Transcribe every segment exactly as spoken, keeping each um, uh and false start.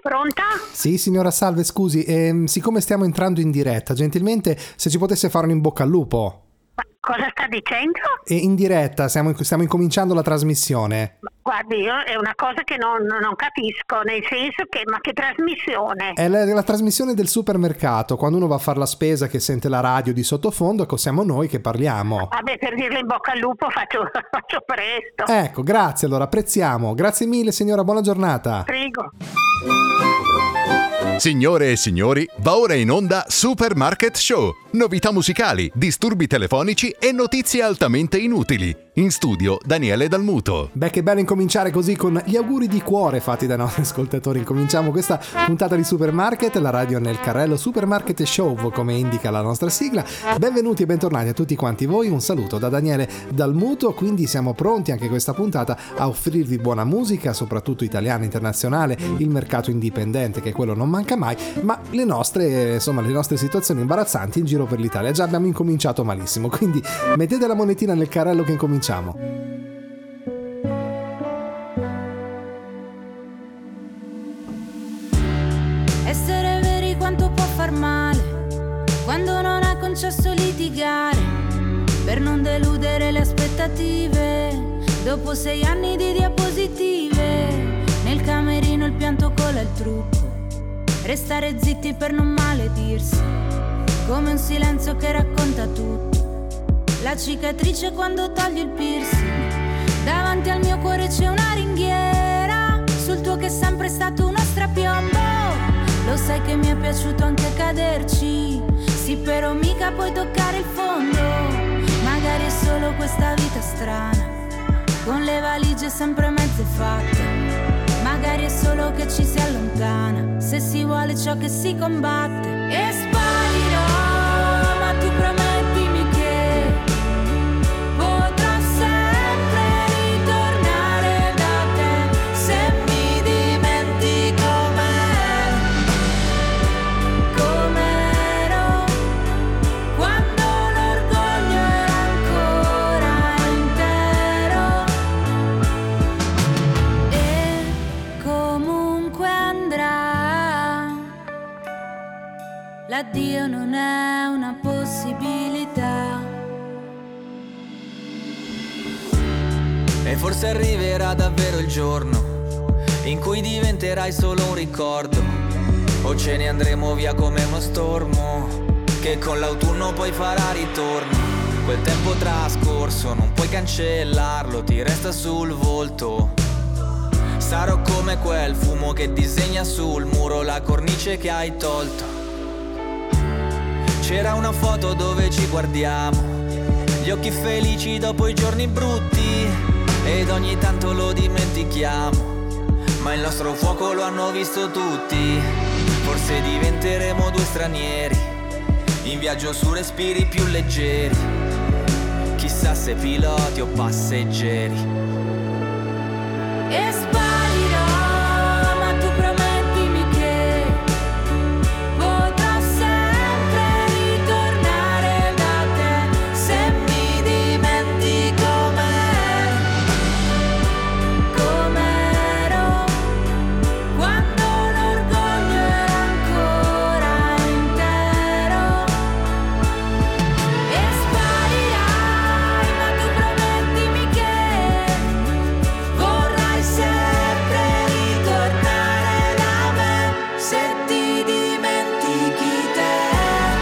Pronta? Sì, signora, salve, scusi, ehm, siccome stiamo entrando in diretta, gentilmente se ci potesse fare un in bocca al lupo. Ma cosa sta dicendo? E in diretta, stiamo, stiamo incominciando la trasmissione. Ma guardi, io è una cosa che non, non capisco, nel senso che, ma che trasmissione? È la, la trasmissione del supermercato, quando uno va a fare la spesa che sente la radio di sottofondo, ecco, siamo noi che parliamo. Vabbè, per dirle in bocca al lupo faccio, faccio presto. Ecco, grazie, allora, apprezziamo. Grazie mille, signora, buona giornata. Prego. Signore e signori, va ora in onda Supermarket Show. Novità musicali, disturbi telefonici e notizie altamente inutili. In studio Daniele Dalmuto. Beh, che bello incominciare così con gli auguri di cuore fatti dai nostri ascoltatori. Incominciamo questa puntata di Supermarket, la radio nel carrello Supermarket Show, come indica la nostra sigla. Benvenuti e bentornati a tutti quanti voi. Un saluto da Daniele Dalmuto. Quindi siamo pronti anche questa puntata a offrirvi buona musica, soprattutto italiana, internazionale, il mercato indipendente, che quello non manca mai, ma le nostre, insomma, le nostre situazioni imbarazzanti in giro per l'Italia. Già abbiamo incominciato malissimo, quindi mettete la monetina nel carrello che incominciamo. Essere veri quanto può far male quando non ha concesso litigare per non deludere le aspettative. Dopo sei anni di diapositive nel camerino il pianto cola il trucco. Restare zitti per non maledirsi, come un silenzio che racconta tutto. La cicatrice quando togli il piercing. Davanti al mio cuore c'è una ringhiera, sul tuo che è sempre stato uno strapiombo. Lo sai che mi è piaciuto anche caderci, sì, però mica puoi toccare il fondo. Magari è solo questa vita strana, con le valigie sempre mezze fatte. Magari è solo che ci si allontana, se si vuole ciò che si combatte. E sparirò, ma tu promettimi che potrò sempre ritornare da te, se mi dimentico me, com'ero quando l'orgoglio era ancora intero. E comunque andrà, l'addio non è una possibilità. E forse arriverà davvero il giorno in cui diventerai solo un ricordo, o ce ne andremo via come uno stormo che con l'autunno poi farà ritorno. Quel tempo trascorso non puoi cancellarlo, ti resta sul volto. Sarò come quel fumo che disegna sul muro la cornice che hai tolto. C'era una foto dove ci guardiamo, gli occhi felici dopo i giorni brutti, ed ogni tanto lo dimentichiamo, ma il nostro fuoco lo hanno visto tutti. Forse diventeremo due stranieri in viaggio su respiri più leggeri, chissà se piloti o passeggeri. E sparirò, ma tu promettimi che potrò sempre ritornare da te, se mi dimentico me, com'ero quando l'orgoglio era ancora intero. E sparirai, ma tu promettimi che vorrai sempre ritornare da me, se ti dimentichi te,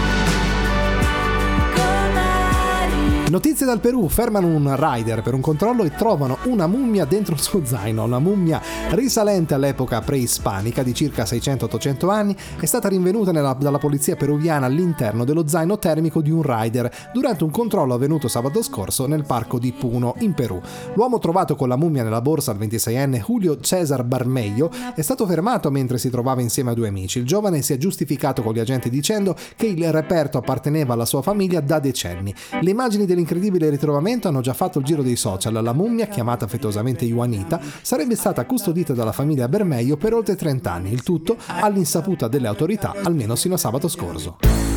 com'eri. Notizie dal Perù: fermano un rider per un controllo e trovano una mummia dentro il suo zaino. Una mummia risalente all'epoca preispanica di circa seicento ottocento anni è stata rinvenuta nella, dalla polizia peruviana all'interno dello zaino termico di un rider durante un controllo avvenuto sabato scorso nel parco di Puno, in Perù. L'uomo trovato con la mummia nella borsa, il ventiseienne Julio César Barmejo, è stato fermato mentre si trovava insieme a due amici. Il giovane si è giustificato con gli agenti dicendo che il reperto apparteneva alla sua famiglia da decenni. Le immagini dell'incredibile ritrovamento hanno già fatto il giro dei social. La mummia, chiamata affettuosamente Juanita, sarebbe stata custodita dalla famiglia Bermejo per oltre trenta anni, il tutto all'insaputa delle autorità, almeno sino a sabato scorso.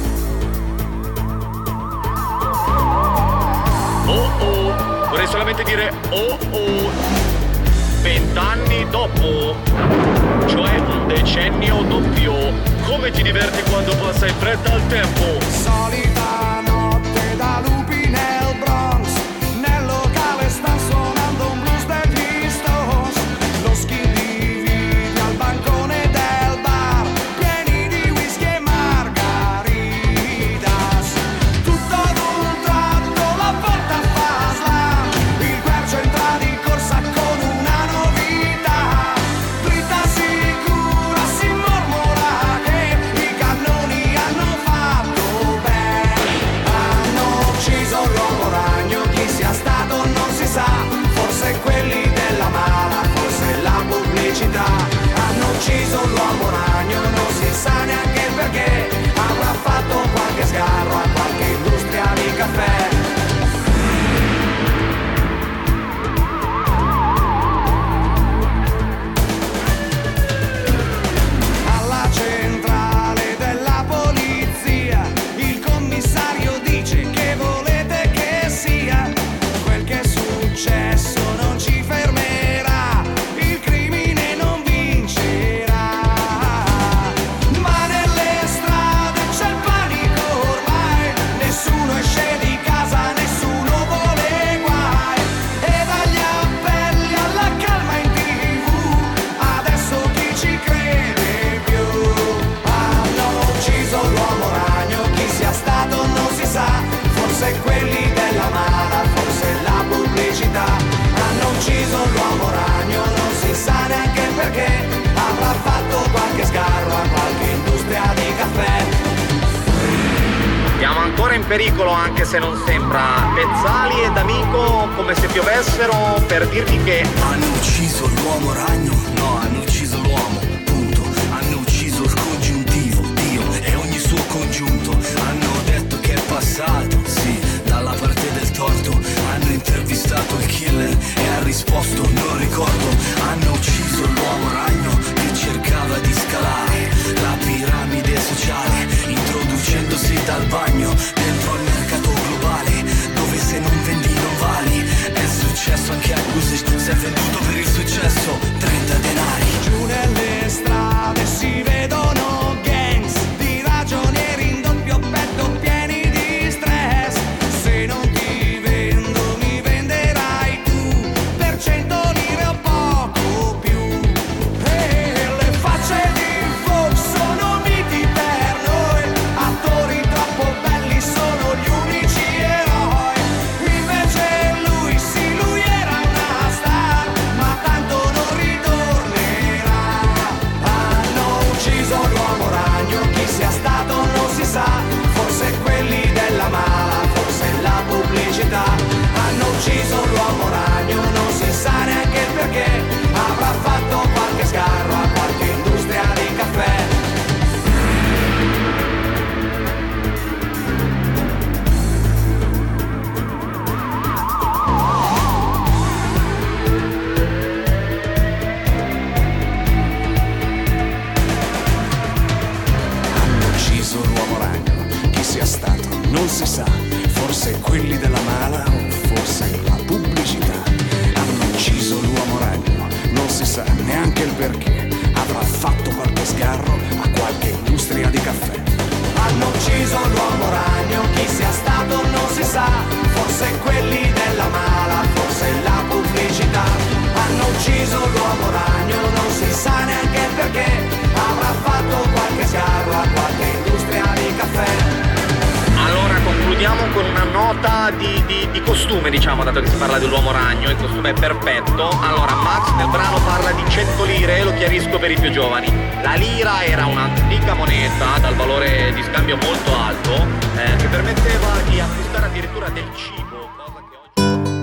Oh oh, vorrei solamente dire oh oh, vent'anni dopo, cioè un decennio decennio doppio. Come ti diverti quando passa in fretta il tempo? Solita notte da lupi nel Bronx, nel locale sta suonando un blues degli Stones. Lo skinny vive al bancone del bar, pieni di whisky e margaritas. Tutto ad un tratto la porta fa slam, il quercio entra di corsa con una novità. Dritta sicura si mormora che i cannoni hanno fatto bene. Hanno ucciso l'uomo ragno, chi sia stato non si sa, forse quelli della mala, forse la pubblicità. Hanno ucciso l'uomo ragno, non si sa neanche il perché, avrà fatto qualche sgarro a qualche industria di caffè. Alla centrale della polizia il commissario dice che volete che sia. Quel che è successo non ci fermerà, il crimine non vincerà. Ma nelle strade c'è il panico ormai, nessuno esce di casa, nessuno vuole guai. E dagli appelli alla calma in tv, adesso chi ci crede più? Hanno ucciso l'uomo ragno, chi sia stato non si sa, forse quelli della mala, forse la pubblicità. Hanno ucciso l'uomo ragno, non si sa neanche il perché, avrà fatto qualche sgarro a qualche industria di caffè. Siamo ancora in pericolo anche se non sembra. Pezzali ed Amico come se piovessero per dirvi che Hanno ucciso l'uomo ragno? No, hanno ucciso l'uomo, punto. Hanno ucciso il congiuntivo, Dio e ogni suo congiunto. Hanno detto che è passato, sì, dalla parte del torto. Hanno intervistato il killer e ha risposto non ricordo. Hanno ucciso l'uomo ragno che cercava di scalare la piramide sociale, introducendosi dal bagno dentro al mercato globale, dove se non vendi non vali. È successo anche a Gusic, si è venduto per il successo trenta denari. Giù nelle strade si vedono gangs di ragionieri in doppio petto pieni di stress. Se non ti vendo mi venderai tu per cento lire o poco più. E le facce di Fox sono miti per noi, attori troppo belli sono gli unici eroi. Invece lui, sì, lui era una star, ma tanto non ritornerà. Hanno ucciso l'uomo ragno, chi sia stato non si sa, forse quelli della mala, forse la pubblicità. Hanno ucciso l'uomo ragno, non si sa neanche il perché, avrà fatto qualche sgarro a qualche industria di caffè. Hanno ucciso l'uomo ragno, chi sia stato non si sa, forse quelli della mala o forse la pubblicità. Hanno ucciso l'uomo ragno, non si sa neanche il perché, avrà fatto qualche sgarro a qualche industria di caffè. Hanno ucciso l'uomo ragno, chi sia stato non si sa, forse quelli della mala, forse la pubblicità. Hanno ucciso l'uomo ragno, non si sa neanche il perché, avrà fatto qualche sgarro a qualche industria di caffè. allora concludiamo con una nota di, di, di costume, diciamo, dato che si parla dell'uomo ragno, il costume è perfetto. Allora, Max nel brano parla di cento lire, lo chiarisco per i più giovani. La lira era un'antica moneta dal valore di scambio molto alto, eh, che permetteva di acquistare addirittura del cibo, cosa che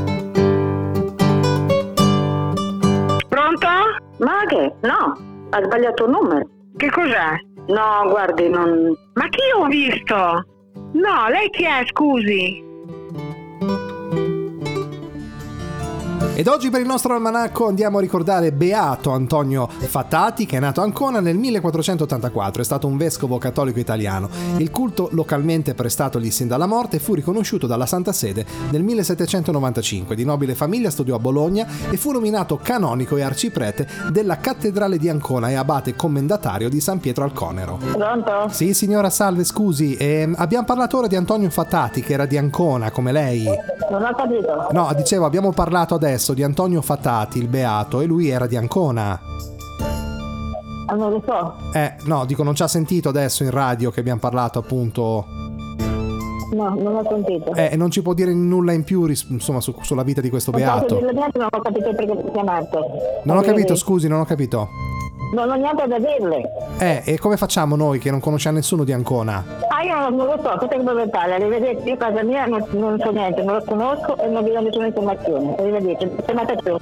oggi... Pronto? Ma che? No, ha sbagliato il numero. Che cos'è? No, guardi, non... Ma chi ho visto? No, lei chi è, scusi? Ed oggi per il nostro almanacco andiamo a ricordare Beato Antonio Fatati, che è nato a Ancona nel millequattrocentottantaquattro. È stato un vescovo cattolico italiano. Il culto localmente prestatogli sin dalla morte fu riconosciuto dalla Santa Sede nel millesettecentonovantacinque. Di nobile famiglia, studiò a Bologna e fu nominato canonico e arciprete della cattedrale di Ancona e abate commendatario di San Pietro al Conero. Pronto? Sì, signora, salve, scusi. Eh, abbiamo parlato ora di Antonio Fatati, che era di Ancona, come lei. Non ho capito. No, dicevo, abbiamo parlato adesso di Antonio Fatati, il beato, e lui era di Ancona. Ah, non lo so. Eh, no, dico, non ci ha sentito adesso in radio che abbiamo parlato, appunto. No, non ho sentito. Eh, e non ci può dire nulla in più, ris- insomma, su- sulla vita di questo beato. Non ho capito perché mi chiamate. Non ho capito, scusi, non ho capito. Non ho niente da dirle. Eh, e come facciamo noi che non conosciamo nessuno di Ancona? Ah, io non, non lo so, cosa devo fare? Arrivederci, io a casa mia non, non so niente, non lo conosco e non vi do nessuna informazione. Arrivederci, chiamate tu.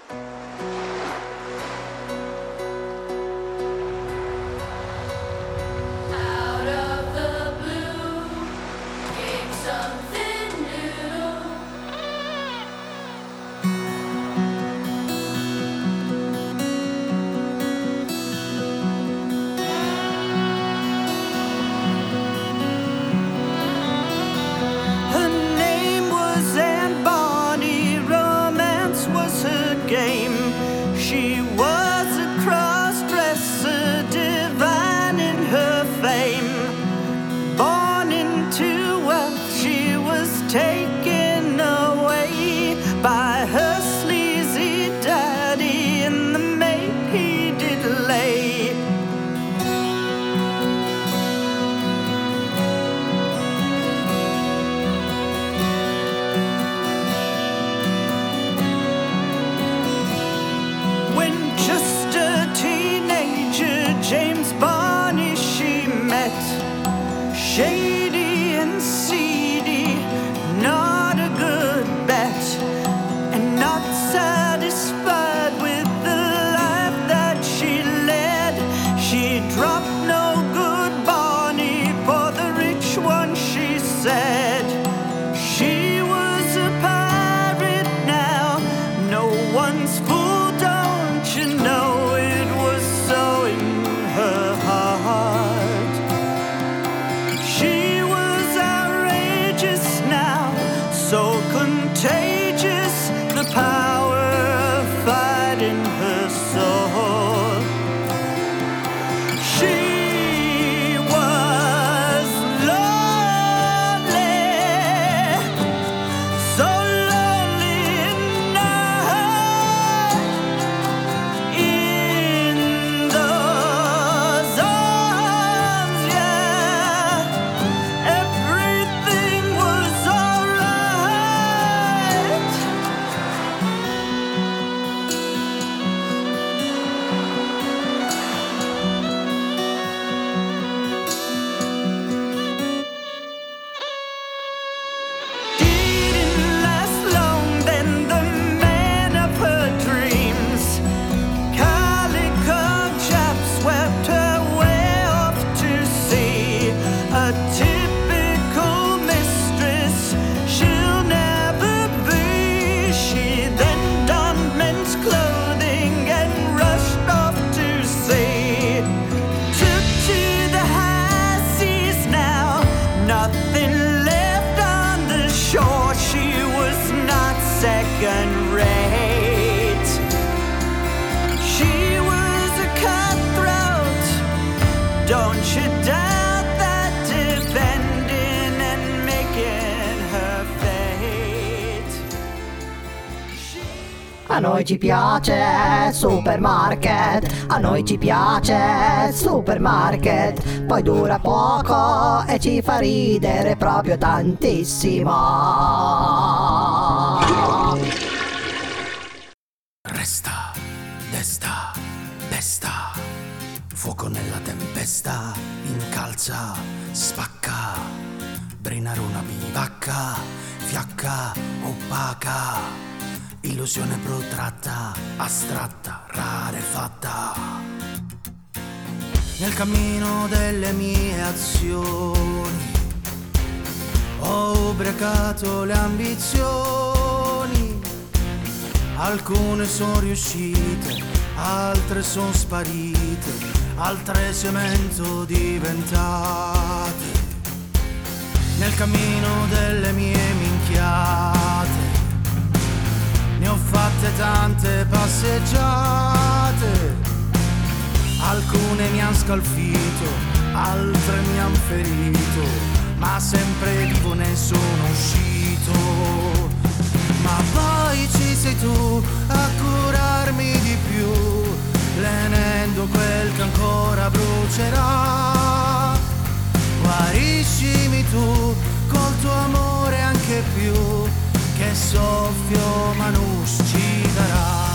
A noi ci piace Supermarket, a noi ci piace Supermarket, poi dura poco e ci fa ridere proprio tantissimo. Resta, desta, desta, fuoco nella tempesta, incalza, spacca, brinare una bivacca, fiacca, opaca. Illusione protratta, astratta, rarefatta. Nel cammino delle mie azioni ho ubriacato le ambizioni alcune sono riuscite, altre sono sparite, altre cemento diventate. Nel cammino delle mie minchiate ne ho fatte tante passeggiate, alcune mi han scalfito, altre mi han ferito, ma sempre vivo ne sono uscito. Ma poi ci sei tu a curarmi di più, lenendo quel che ancora brucerà. Guariscimi tu col tuo amore anche più, che soffio Manus ci darà.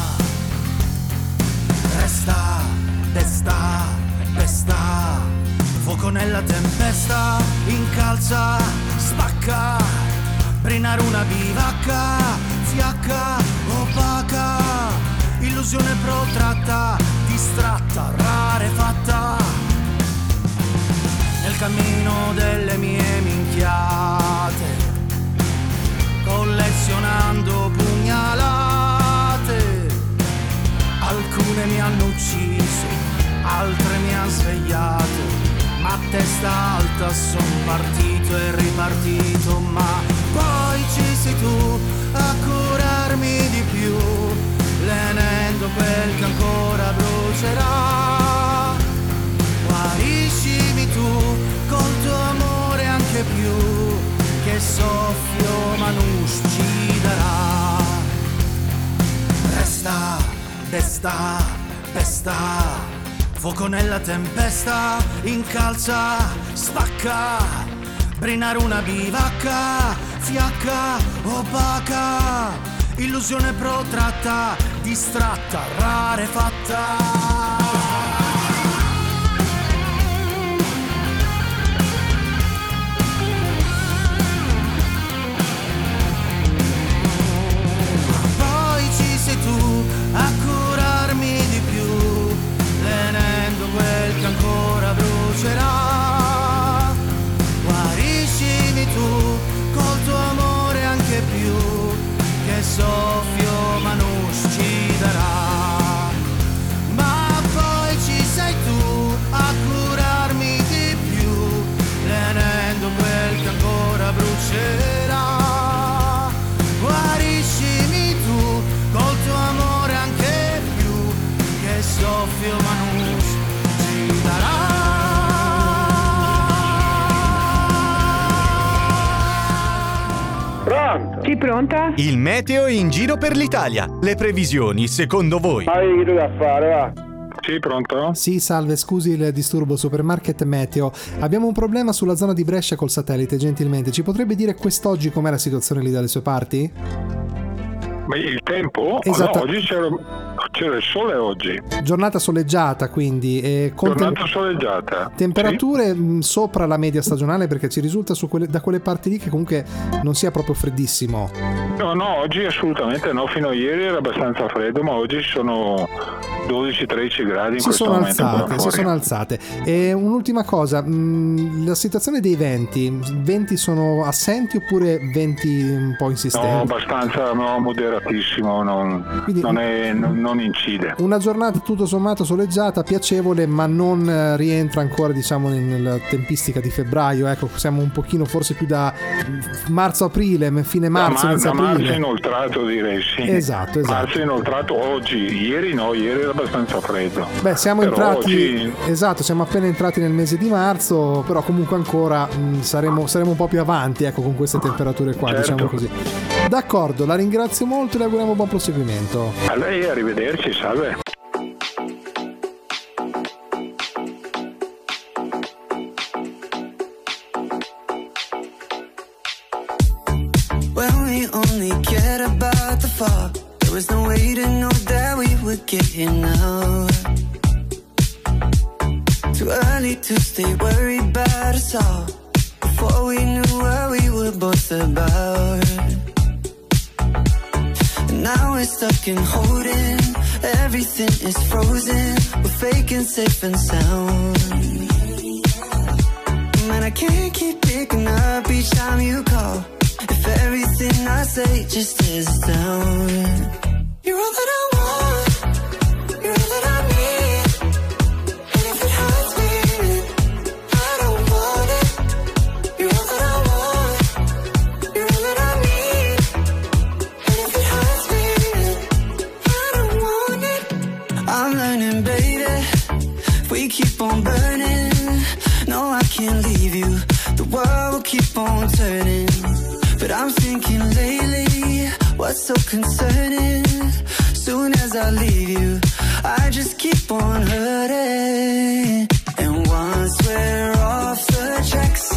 Resta, desta, pesta, fuoco nella tempesta, incalza, spacca, brinare una bivacca, fiacca, opaca, illusione protratta, distratta, rarefatta. Nel cammino delle mie minchiate, collezionando pugnalate, alcune mi hanno ucciso, altre mi han svegliato, ma a testa alta son partito e ripartito. Ma poi ci sei tu a curarmi di più, lenendo quel che ancora brucerà. Guariscimi tu col tuo amore anche più, che soffio Manus ci darà. Resta, desta, pesta, fuoco nella tempesta, incalza, spacca, brinare una bivacca, fiacca, opaca, illusione protratta, distratta, rarefatta. Tu a curarmi di più, lenendo quel che ancora brucerà. Guariscimi tu col tuo amore anche più, che soffio Manus ci darà. Ma poi ci sei tu a curarmi di più, lenendo quel che ancora brucerà. Guariscimi tu col tuo amore anche più, che soffio Manus ci darà. Pronto? Sì, pronta? Il meteo in giro per l'Italia. Le previsioni, secondo voi? Ma che tu da fare, va? Sì, pronto? Sì, salve, scusi il disturbo, Supermarket Meteo. Abbiamo un problema sulla zona di Brescia col satellite, gentilmente. Ci potrebbe dire quest'oggi com'è la situazione lì dalle sue parti? Ma il tempo? Esatto. No, oggi c'era, c'era il sole oggi. Giornata soleggiata, quindi. E con Giornata tem- soleggiata. Temperature sì? mh, sopra la media stagionale, perché ci risulta su quelle, da quelle parti lì che comunque non sia proprio freddissimo. No, no, oggi assolutamente no. Fino a ieri era abbastanza freddo, ma oggi sono dodici tredici gradi in si questo sono momento. alzate, si sono alzate. E un'ultima cosa, mh, la situazione dei venti. Venti sono assenti oppure venti un po' insistenti? No, abbastanza, no, moderatissimo, non, Quindi, non, è, non, non incide. Una giornata tutto sommato soleggiata, piacevole, ma non rientra ancora, diciamo, nella tempistica di febbraio. Ecco, siamo un pochino forse più da marzo-aprile, fine marzo, da, inizio da aprile. marzo inoltrato, direi, sì. Esatto, esatto. Marzo inoltrato oggi, ieri no, ieri era abbastanza freddo. Beh, siamo però entrati, oggi... esatto, siamo appena entrati nel mese di marzo, però comunque ancora mh, saremo, saremo un po' più avanti, ecco, con queste temperature qua, certo. diciamo così. D'accordo, la ringrazio molto e le auguriamo buon proseguimento. A lei, arrivederci, salve. When we only cared about the fall, there was no way to know that we would get here now. Too early to stay worried about us all, before we knew what we were both about. And now we're stuck in holding, everything is frozen, we're faking safe and sound. Man, I can't keep picking up each time you call, if everything I say just is down. You're all that I want, you're all that I need. And if it hurts me, I don't want it. You're all that I want, you're all that I need. And if it hurts me, I don't want it. I'm learning, baby, if we keep on burning, no, I can't leave you. The world will keep on turning. But I'm thinking lately, what's so concerning? Soon as I leave you, I just keep on hurting. And once we're off the tracks,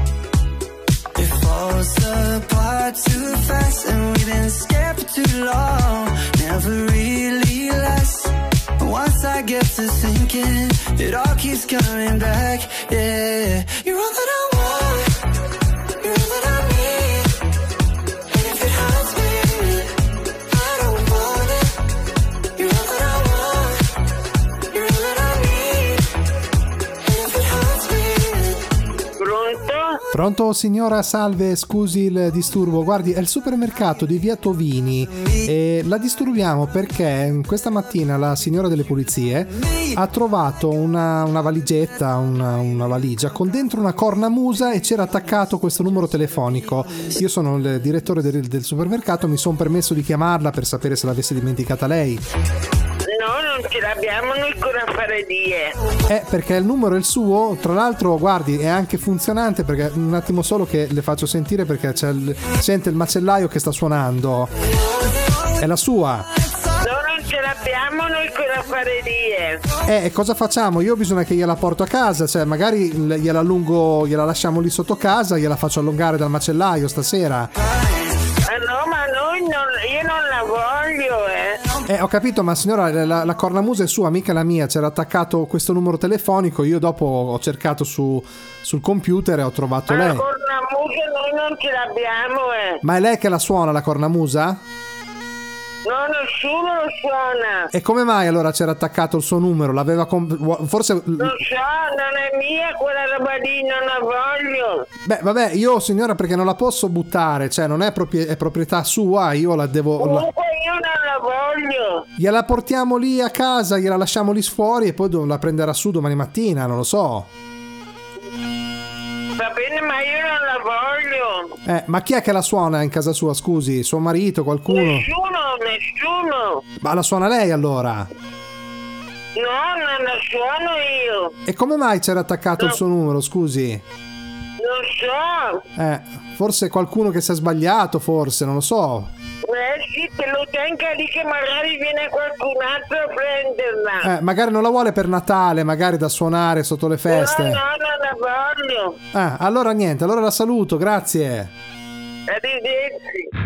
it falls apart too fast. And we've been scared for too long, never really lasts. Once I get to thinking, it all keeps coming back, yeah. You're all that I want, you're all that I need. And if it hurts me, I don't want it. You're all that I want, you're all that I need. And if it hurts me. Pronto? Pronto signora, salve, scusi il disturbo. Guardi, è il supermercato di via Tovini e la disturbiamo perché questa mattina la signora delle pulizie ha trovato una, una valigetta, una, una valigia con dentro una cornamusa e c'era attaccato questo numero telefonico. Io sono il direttore del, del supermercato, mi sono permesso di chiamarla per sapere se l'avesse dimenticata lei. No, non ce l'abbiamo noi con affarerie. Eh, perché il numero è il suo, tra l'altro, guardi, è anche funzionante, perché un attimo solo che le faccio sentire, perché c'è il, sente il macellaio che sta suonando. È la sua. No, non ce l'abbiamo noi con affarerie. Eh, e cosa facciamo? Io bisogna che gliela porto a casa, cioè magari gliela allungo, gliela lasciamo lì sotto casa, gliela faccio allungare dal macellaio stasera. Ah no, ma noi non, io non la voglio, eh. Eh, ho capito, ma signora, la, la cornamusa è sua, mica la mia. C'era attaccato questo numero telefonico. Io dopo ho cercato su, sul computer e ho trovato Ma lei. la cornamusa noi non ce l'abbiamo, eh. Ma è lei che la suona, la cornamusa? No, nessuno lo suona. E come mai allora c'era attaccato il suo numero? L'aveva comp- forse. Non so, non è mia quella roba lì, non la voglio. Beh, vabbè, io signora, perché non la posso buttare, cioè non è, proprie- è proprietà sua, io la devo. Comunque la... io non la voglio. Gliela portiamo lì a casa, gliela lasciamo lì fuori e poi do- la prenderà su domani mattina, non lo so. Va bene, ma io non la voglio. Eh, ma chi è che la suona in casa sua, scusi? Suo marito, qualcuno? Nessuno, nessuno. Ma la suona lei allora? No, non la suono io. E come mai c'era attaccato No. il suo numero, scusi? Non so. Eh, forse qualcuno che si è sbagliato, forse, non lo so. Eh sì, te lo tenga lì che magari viene qualcun altro a prenderla. Eh, magari non la vuole per Natale, magari da suonare sotto le feste. No, no, non la voglio. Ah, allora niente, allora la saluto, grazie. Arrivederci.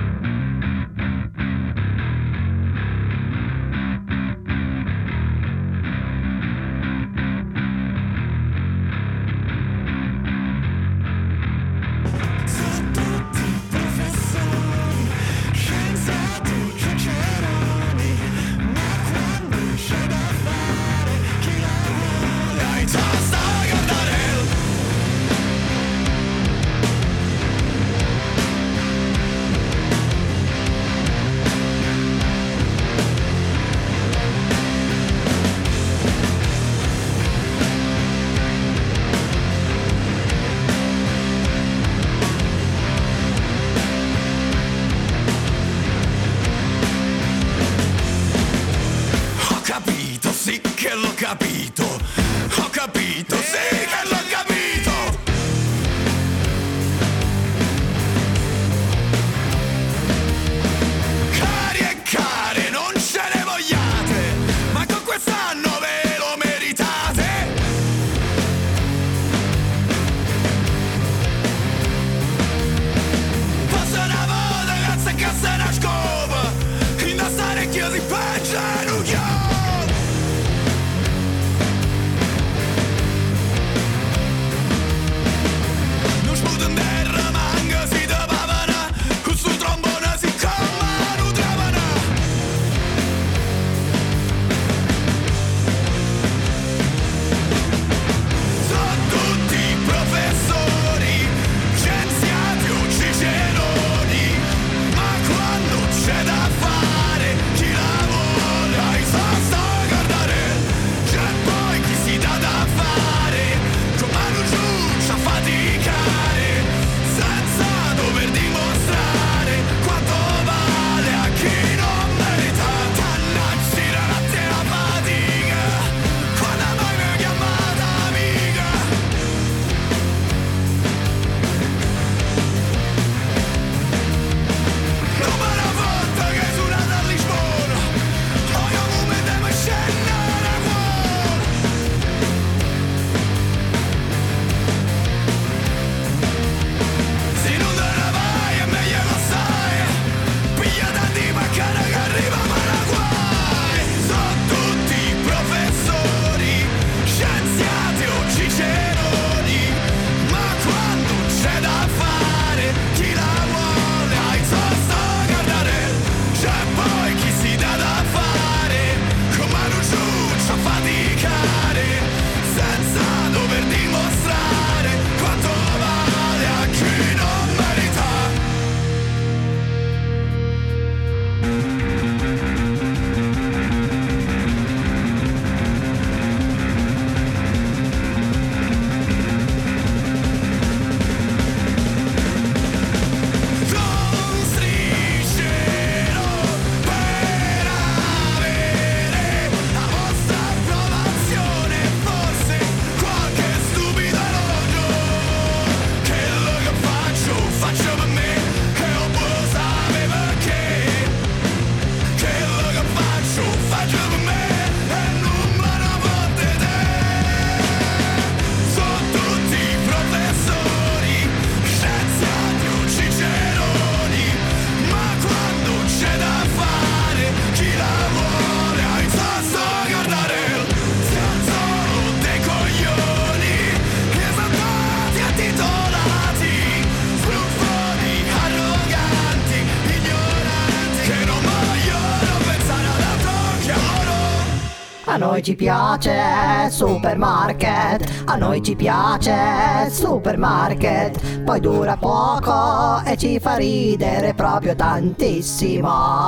a noi ci piace Supermarket, a noi ci piace Supermarket, poi dura poco e ci fa ridere proprio tantissimo.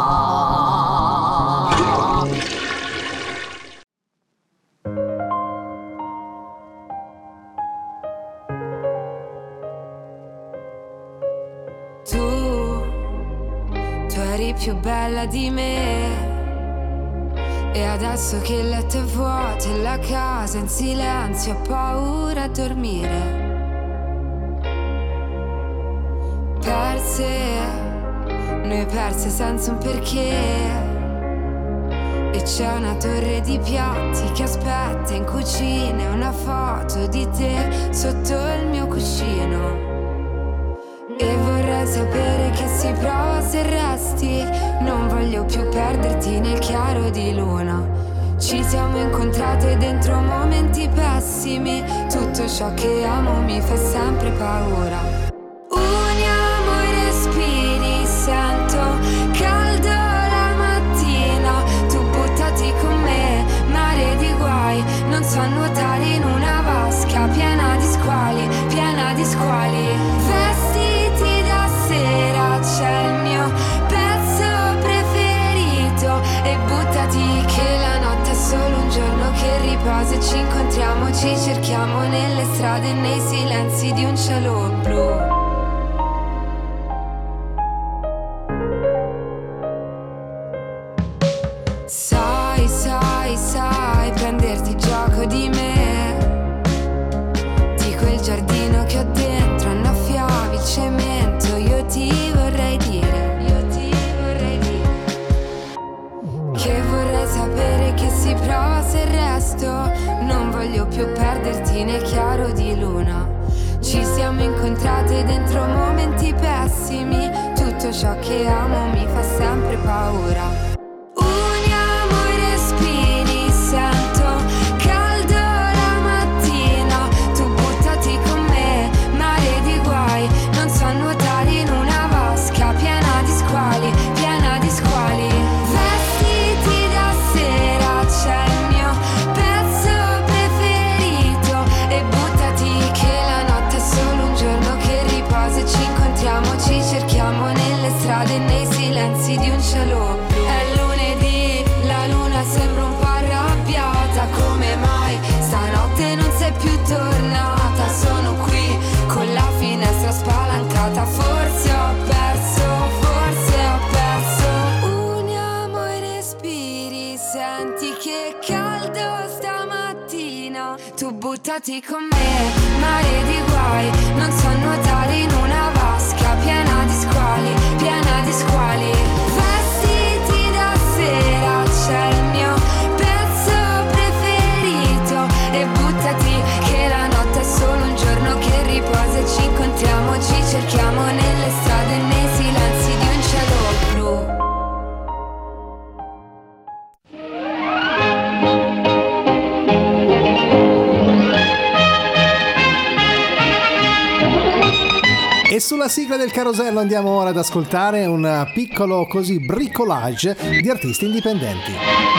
Tu, tu eri più bella di me. E adesso che il letto è vuoto e la casa in silenzio, ho paura a dormire. Perse, noi perse senza un perché. E c'è una torre di piatti che aspetta in cucina e una foto di te sotto il mio cuscino. E vorrei sapere che si prova se resti. Non voglio più perderti nel chiaro di luna. Ci siamo incontrate dentro momenti pessimi. Tutto ciò che amo mi fa sempre paura. Uniamo i respiri, sento caldo la mattina. Tu buttati con me, mare di guai. Non so nuotare in una vasca piena di squali, piena di squali. Vestiti da sera, c'è il mio pezzo preferito. E buttati che la notte è solo un giorno che riposa. E ci incontriamo, ci cerchiamo nelle strade e nei silenzi di un cielo blu. Sai, sai, sai prenderti gioco di me, di quel giardino che ho dentro, annaffiavi il cemento. Io ti vorrei dire, io ti vorrei dire che vorrei sapere che si prova se resto. Non voglio più perderti nel chiaro di luna. Ci siamo incontrate dentro momenti pessimi. Tutto ciò che amo mi fa sempre paura. Nei silenzi di un cielo blu. È lunedì, la luna sembra un po' arrabbiata. Come mai stanotte non sei più tornata? Sono qui con la finestra spalancata. Forse ho perso, forse ho perso. Uniamo i respiri, senti che caldo stamattina. Tu buttati con me, mare di guai. Non so nuotare in una vasca piena di squali, piena di squali. Vestiti da sera, c'è il mio pezzo preferito. E buttati che la notte è solo un giorno che riposa. E ci incontriamo, ci cerchiamo nelle strade e nei silenzi di un cielo blu. E sulla sigla del carosello andiamo ora ad ascoltare un piccolo così bricolage di artisti indipendenti.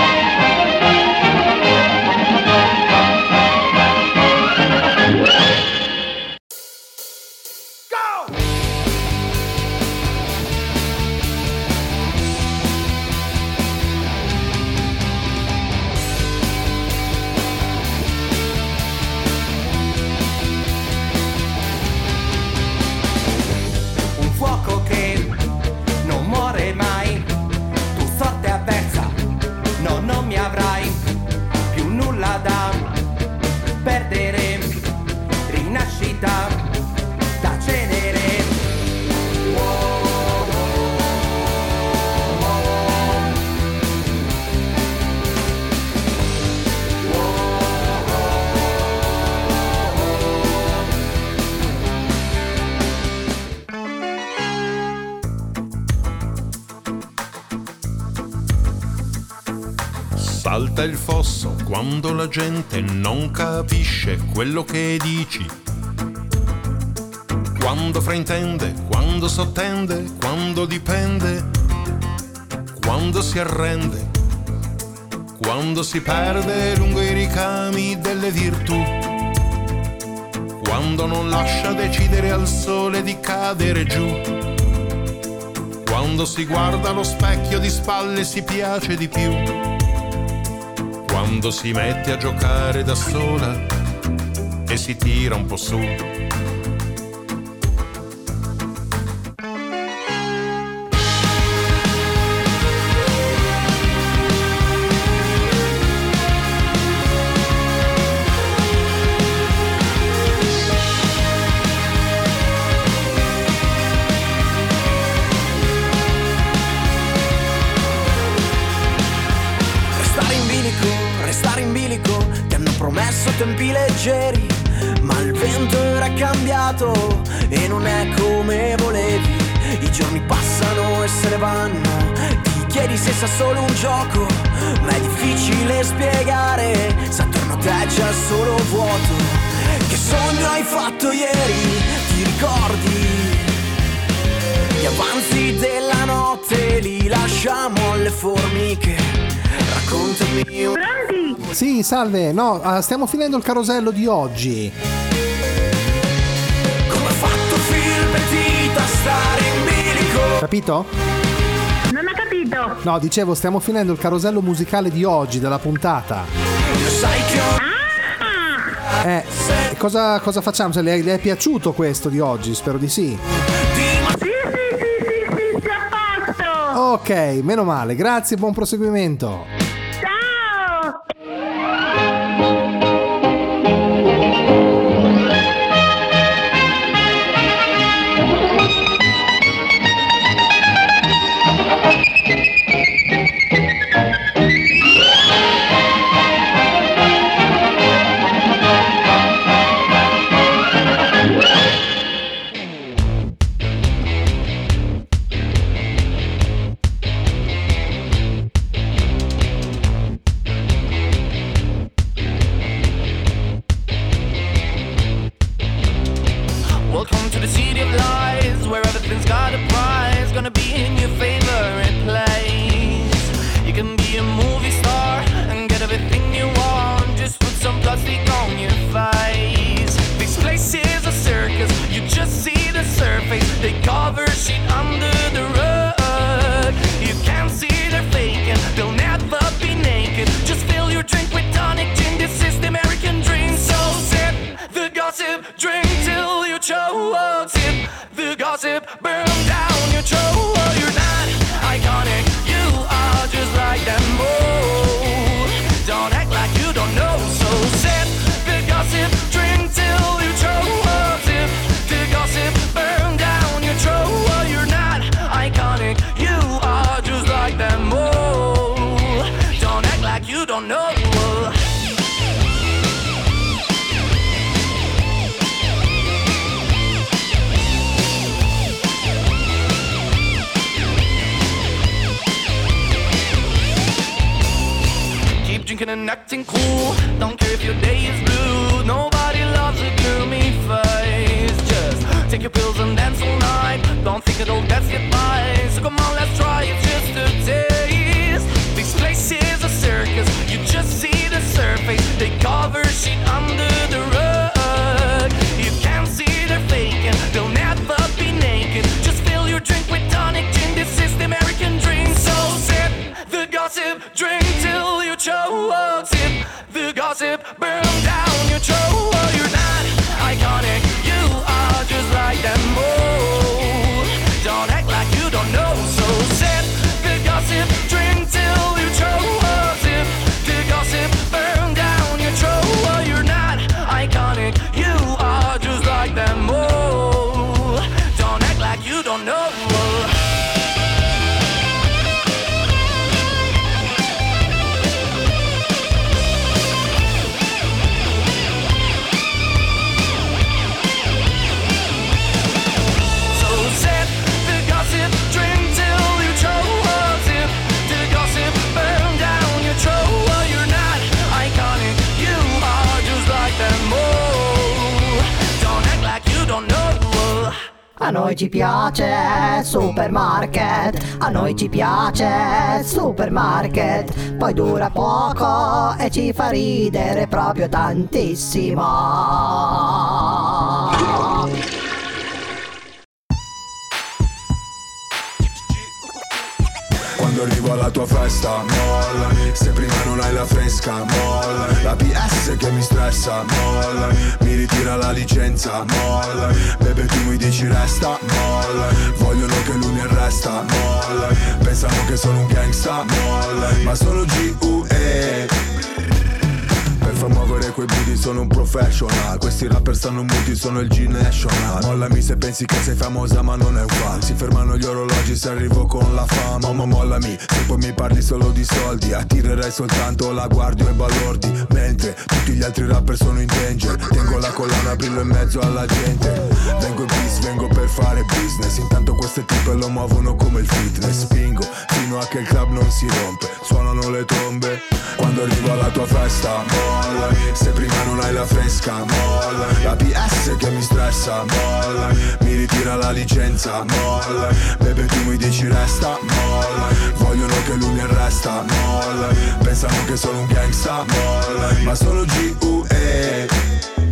Salta il fosso quando la gente non capisce quello che dici, quando fraintende, quando sottende, quando dipende, quando si arrende, quando si perde lungo i ricami delle virtù, quando non lascia decidere al sole di cadere giù, quando si guarda allo specchio di spalle e si piace di più, quando si mette a giocare da sola e si tira un po' su. Tempi leggeri, ma il vento era cambiato e non è come volevi. I giorni passano e se ne vanno, ti chiedi se sia solo un gioco, ma è difficile spiegare se attorno a te c'è solo vuoto. Che sogno hai fatto ieri, ti ricordi? Gli avanzi della notte li lasciamo alle formiche. Raccontami un... Sì, salve, no, ah, stiamo finendo il carosello di oggi. Come ha fatto Phil Petit a stare in bilico? Capito? Non ho capito. No, dicevo, stiamo finendo il carosello musicale di oggi, della puntata. Sai che ho... Eh, cosa, cosa facciamo? Cioè, le, le è piaciuto questo di oggi? Spero di sì. Sì, sì, sì, sì, sì, sì, a posto. Ok, meno male, grazie e buon proseguimento. A noi ci piace Supermarket, a noi ci piace Supermarket, poi dura poco e ci fa ridere proprio tantissimo. Quando arrivo alla tua festa, molla. Se prima non hai la fresca, molla. La P S che mi stressa, molla. Mi ritira la licenza, molla. Bebe tu mi dici resta, molla. Vogliono che lui mi arresta, molla. Pensano che sono un gangsta, molla. Ma sono G U E. Per far muovere quei booty sono un professional. Questi rapper stanno muti, sono il G-National. Mollami se pensi che sei famosa ma non è un fan. Si fermano gli orologi se arrivo con la fama. Ma mollami, se poi mi parli solo di soldi. Attirerai soltanto la guardia e balordi. Mentre tutti gli altri rapper sono in danger. Tengo la collana, brillo in mezzo alla gente. Vengo in peace, vengo per fare business. Intanto queste tipe lo muovono come il fitness. Spingo fino a che il club non si rompe. Suonano le trombe quando arrivo alla tua festa, molla. Se prima non hai la fresca, molla. La P S che mi stressa, molla. Mi ritira la licenza, molla. Bebe tu mi dici resta, molla. Vogliono che lui mi arresta, molla. Pensano che sono un gangsta, molla. Ma sono G U E.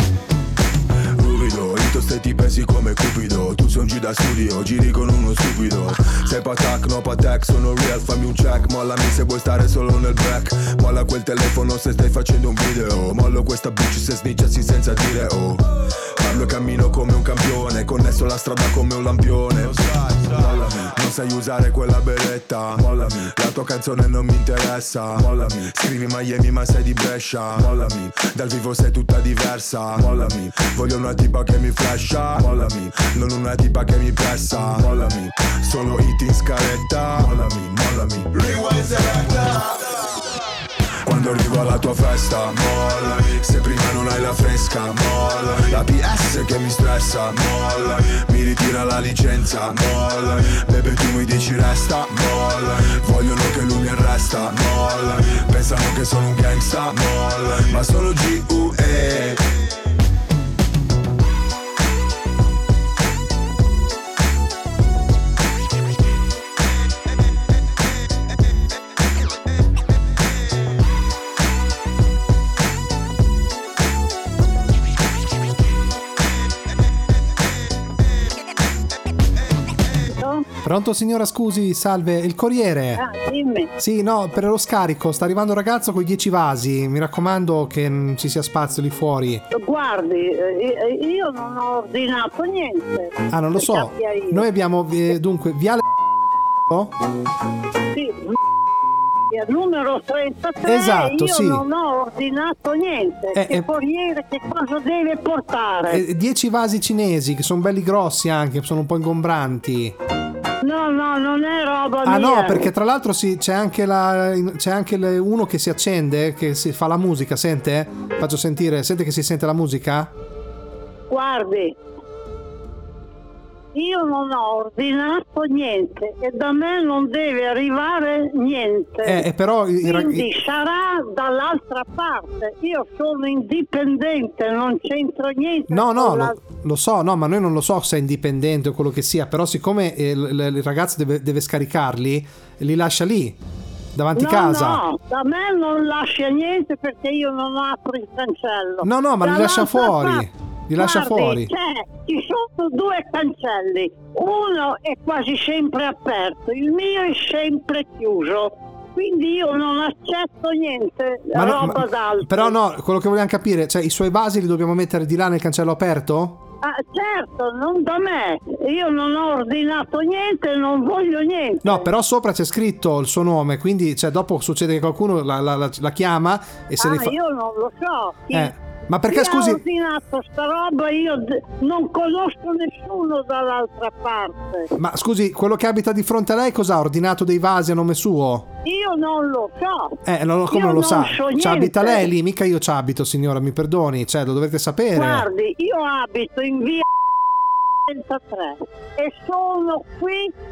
Io ste ti pensi come Cupido. Tu sei un G da studio, giri con uno stupido. Sei patak, no patek, sono real, fammi un check. Mollami se vuoi stare solo nel back. Molla quel telefono se stai facendo un video. Mollo questa bitch se snitchassi senza dire oh. Parlo e cammino come un campione, connesso la strada come un lampione. Mollami, non sai usare quella beretta. Mollami, la tua canzone non mi interessa. Mollami, scrivi Miami ma sei di Brescia. Mollami, dal vivo sei tutta diversa. Mollami, voglio una tipa che mi flasha. Mollami, non una tipa che mi pressa. Mollami, solo hit in scaletta. Mollami, mollami, rewind selecta. Quando arrivo alla tua festa, molla. Se prima non hai la fresca, molla. La P S che mi stressa, molla. Mi ritira la licenza, molla. Bebe tu mi dici resta, molla. Vogliono che lui mi arresta, molla. Pensano che sono un gangsta, molla. Ma sono G U E. Pronto signora, scusi, salve, il corriere. Ah, dimmi. Sì, no, per lo scarico, sta arrivando un ragazzo con i dieci vasi, mi raccomando che non ci sia spazio lì fuori. Guardi, eh, io non ho ordinato niente. Ah, non lo so, noi abbiamo, eh, dunque, viale... Sì, numero trentatré, esatto, io sì. non ho ordinato niente. Eh, che eh, corriere che cosa deve portare? Eh, dieci vasi cinesi, che sono belli grossi anche, sono un po' ingombranti. No, no, non è roba Ah mia. no, perché tra l'altro sì, c'è anche la c'è anche le, uno che si accende, che si fa la musica, sente? Faccio sentire, sente che si sente la musica? Guardi, io non ho ordinato niente e da me non deve arrivare niente. Eh, però i, Quindi i, sarà dall'altra parte. Io sono indipendente, non c'entro niente. No, no, con la... lo, lo so, no, ma noi non lo so se è indipendente o quello che sia, però siccome eh, il, il ragazzo deve, deve scaricarli, li lascia lì, davanti no, casa. No, da me non lascia niente perché io non apro il cancello. No, no, ma li lascia fuori. Parte... Li lascia Guardi, fuori. C'è, ci sono due cancelli, uno è quasi sempre aperto, il mio è sempre chiuso, quindi io non accetto niente, Ma no, roba ma- d'altro. Però no, quello che vogliamo capire, cioè i suoi vasi li dobbiamo mettere di là nel cancello aperto? Ah, certo, non da me, io non ho ordinato niente, non voglio niente. No, però sopra c'è scritto il suo nome, quindi cioè dopo succede che qualcuno la, la- la- la chiama e se ah, ne fa... io non lo so. Chi... Eh, ma perché Chi scusi... ha ordinato sta roba io d- non conosco nessuno dall'altra parte. Ma scusi, quello che abita di fronte a lei cosa ha ordinato dei vasi a nome suo? Io non lo so. Eh, non, come Io non lo non sa? so Ci abita niente. lei lì? Mica io ci abito, signora, mi perdoni, cioè lo dovete sapere. Guardi, io abito in via trentatré e sono qui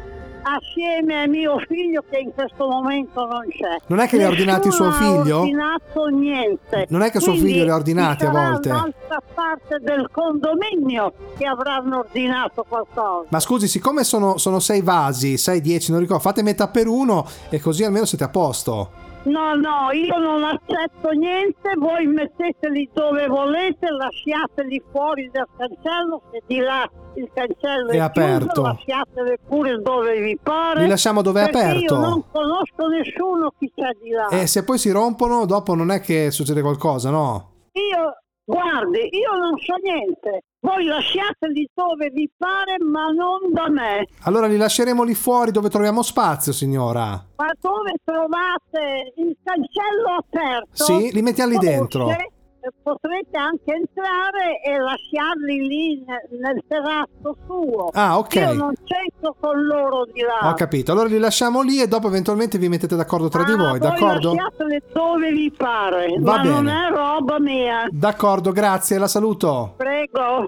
assieme a mio figlio che in questo momento non c'è. Non è che le ha ordinati suo Nessuno ha figlio? ordinato niente. Non è che suo Quindi figlio le ha ordinati ci a sarà volte? un'altra parte del condominio che avranno ordinato qualcosa. Ma scusi, siccome sono, sono sei vasi, sei, dieci, non ricordo, fate metà per uno e così almeno siete a posto. No, no, io non accetto niente, voi metteteli dove volete, lasciateli fuori dal cancello, se di là il cancello È è, aperto. chiuso, lasciateli pure dove vi pare. Li lasciamo dove è perché aperto. Io non conosco nessuno chi c'è di là. E se poi si rompono, dopo non è che succede qualcosa, no? Io, guardi, io non so niente. Voi lasciateli dove vi pare, ma non da me. Allora li lasceremo lì fuori dove troviamo spazio, signora. Ma dove trovate il cancello aperto? Sì, li mettiamo lì forse dentro. Potrete anche entrare e lasciarli lì nel, nel terrazzo suo. Ah, ok. Io non c'entro con loro di là. Ho capito. Allora li lasciamo lì e dopo eventualmente vi mettete d'accordo tra di Ah, voi, d'accordo? lasciateli dove vi pare, Va ma bene. non è roba mia. D'accordo, grazie, la saluto. Prego.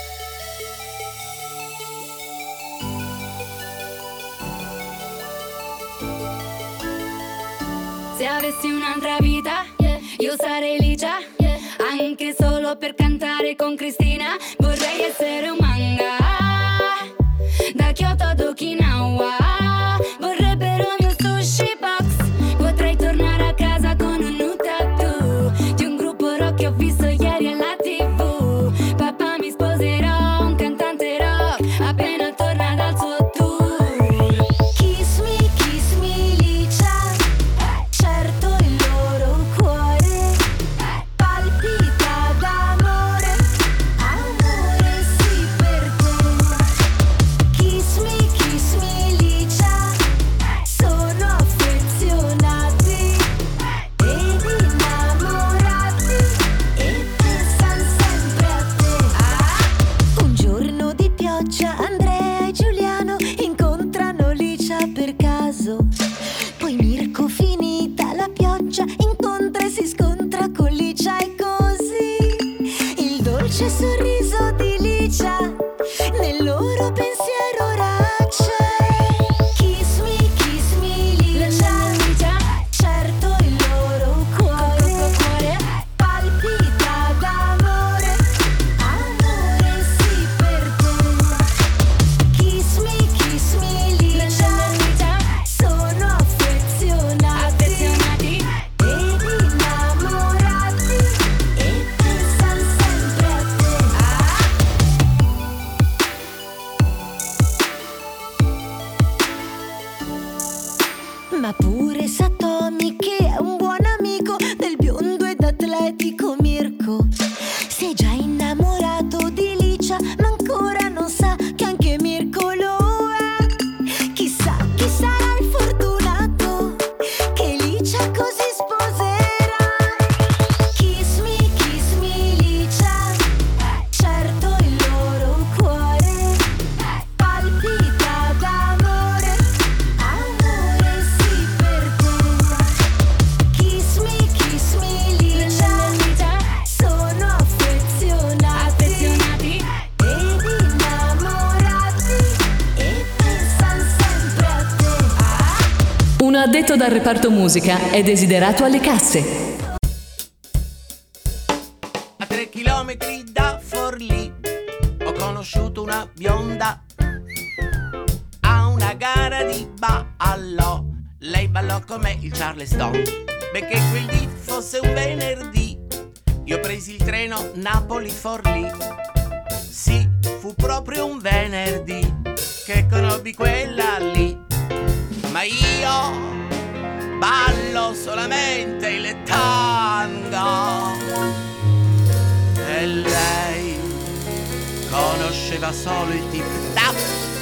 Se avessi un'altra vita, io sarei lì già, anche solo per cantare con Cristina. Vorrei essere un manga, da Kyoto ad Okinawa. Vorrebbero il mio sushi box, potrei tornare a casa con un nude tattoo di un gruppo rock che ho visto ieri alla tivù. Papà, mi sposerò un cantante rock appena torna dal suo tour. Kiss me, kiss me, Licia. Certo il loro cuore palpita d'amore, amore sì per te. Kiss me, kiss me, Licia. Sono affezionati ed innamorati e pensano sempre a te. Un giorno di pioggia Andrea e Giuliano incontrano Licia per caso. Poi Mirko, finita la pioggia, incontra e si scontra con Licia e così il dolce sorriso di Licia nel loro pensiero ora c'è. Kiss me, kiss me, Licia. Certo il loro cuore palpita d'amore, amore sì per te. Kiss me, kiss me, Licia. Sono affezionati ed innamorati e pensano sempre a te. Ma pure Satomi, che è un buon amico del biondo ed atletico Mirko, si è già innamorato di Licia, ma ancora non sa che anche Mirko lo è. Chissà chi sarà il fortunato che Licia così sposerà. Kiss me, kiss me, Licia. Certo il loro cuore palpita d'amore, amore sì per te. Kiss me, kiss me, Licia. Sono affezionati ed innamorati e pensano sempre a te. Un addetto dal reparto musica è desiderato alle casse. A tre chilometri da Forlì ho conosciuto una bionda. A una gara di ballo lei ballò con me il Charleston. Perché quel dì fosse un venerdì, io presi il treno Napoli-Forlì. Sì, fu proprio un venerdì che conobbi quella lì. Ma io ballo solamente il tango e lei conosceva solo il tip-tap.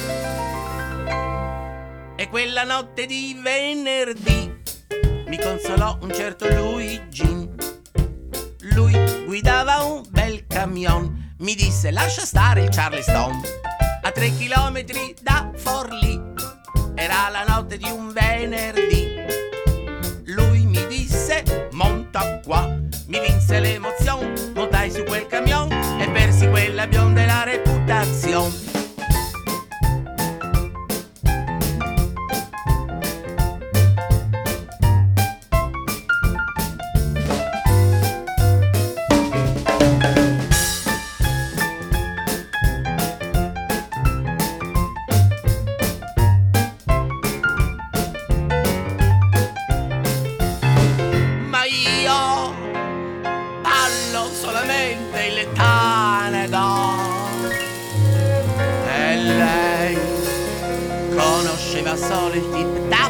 E quella notte di venerdì mi consolò un certo Luigi. Lui guidava un bel camion, mi disse lascia stare il Charleston. A tre chilometri da Forlì era la notte di un venerdì. Lui mi disse monta qua, mi vinse l'emozione, montai su quel camion e persi quella bionda e la reputazione. era solo il tip tap.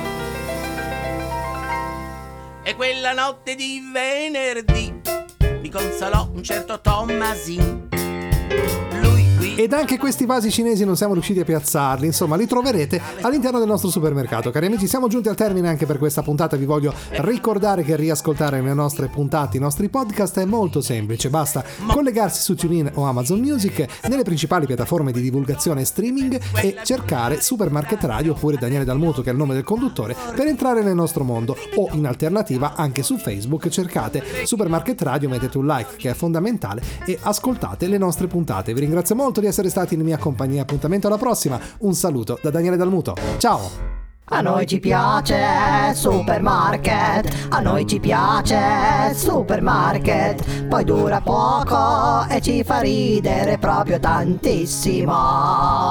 E quella notte di venerdì mi consolò un certo Tommasin. Ed anche questi vasi cinesi non siamo riusciti a piazzarli, insomma li troverete all'interno del nostro supermercato. Cari amici, siamo giunti al termine anche per questa puntata. Vi voglio ricordare che riascoltare le nostre puntate, i nostri podcast è molto semplice. Basta collegarsi su TuneIn o Amazon Music, nelle principali piattaforme di divulgazione e streaming, e cercare Supermarket Radio oppure Daniele Dalmuto, che è il nome del conduttore, per entrare nel nostro mondo. O in alternativa anche su Facebook cercate Supermarket Radio, mettete un like che è fondamentale e ascoltate le nostre puntate. Vi ringrazio molto di essere stati in mia compagnia. Appuntamento alla prossima. Un saluto da Daniele Dalmuto. Ciao. A noi ci piace Supermarket, a noi ci piace Supermarket, poi dura poco e ci fa ridere proprio tantissimo.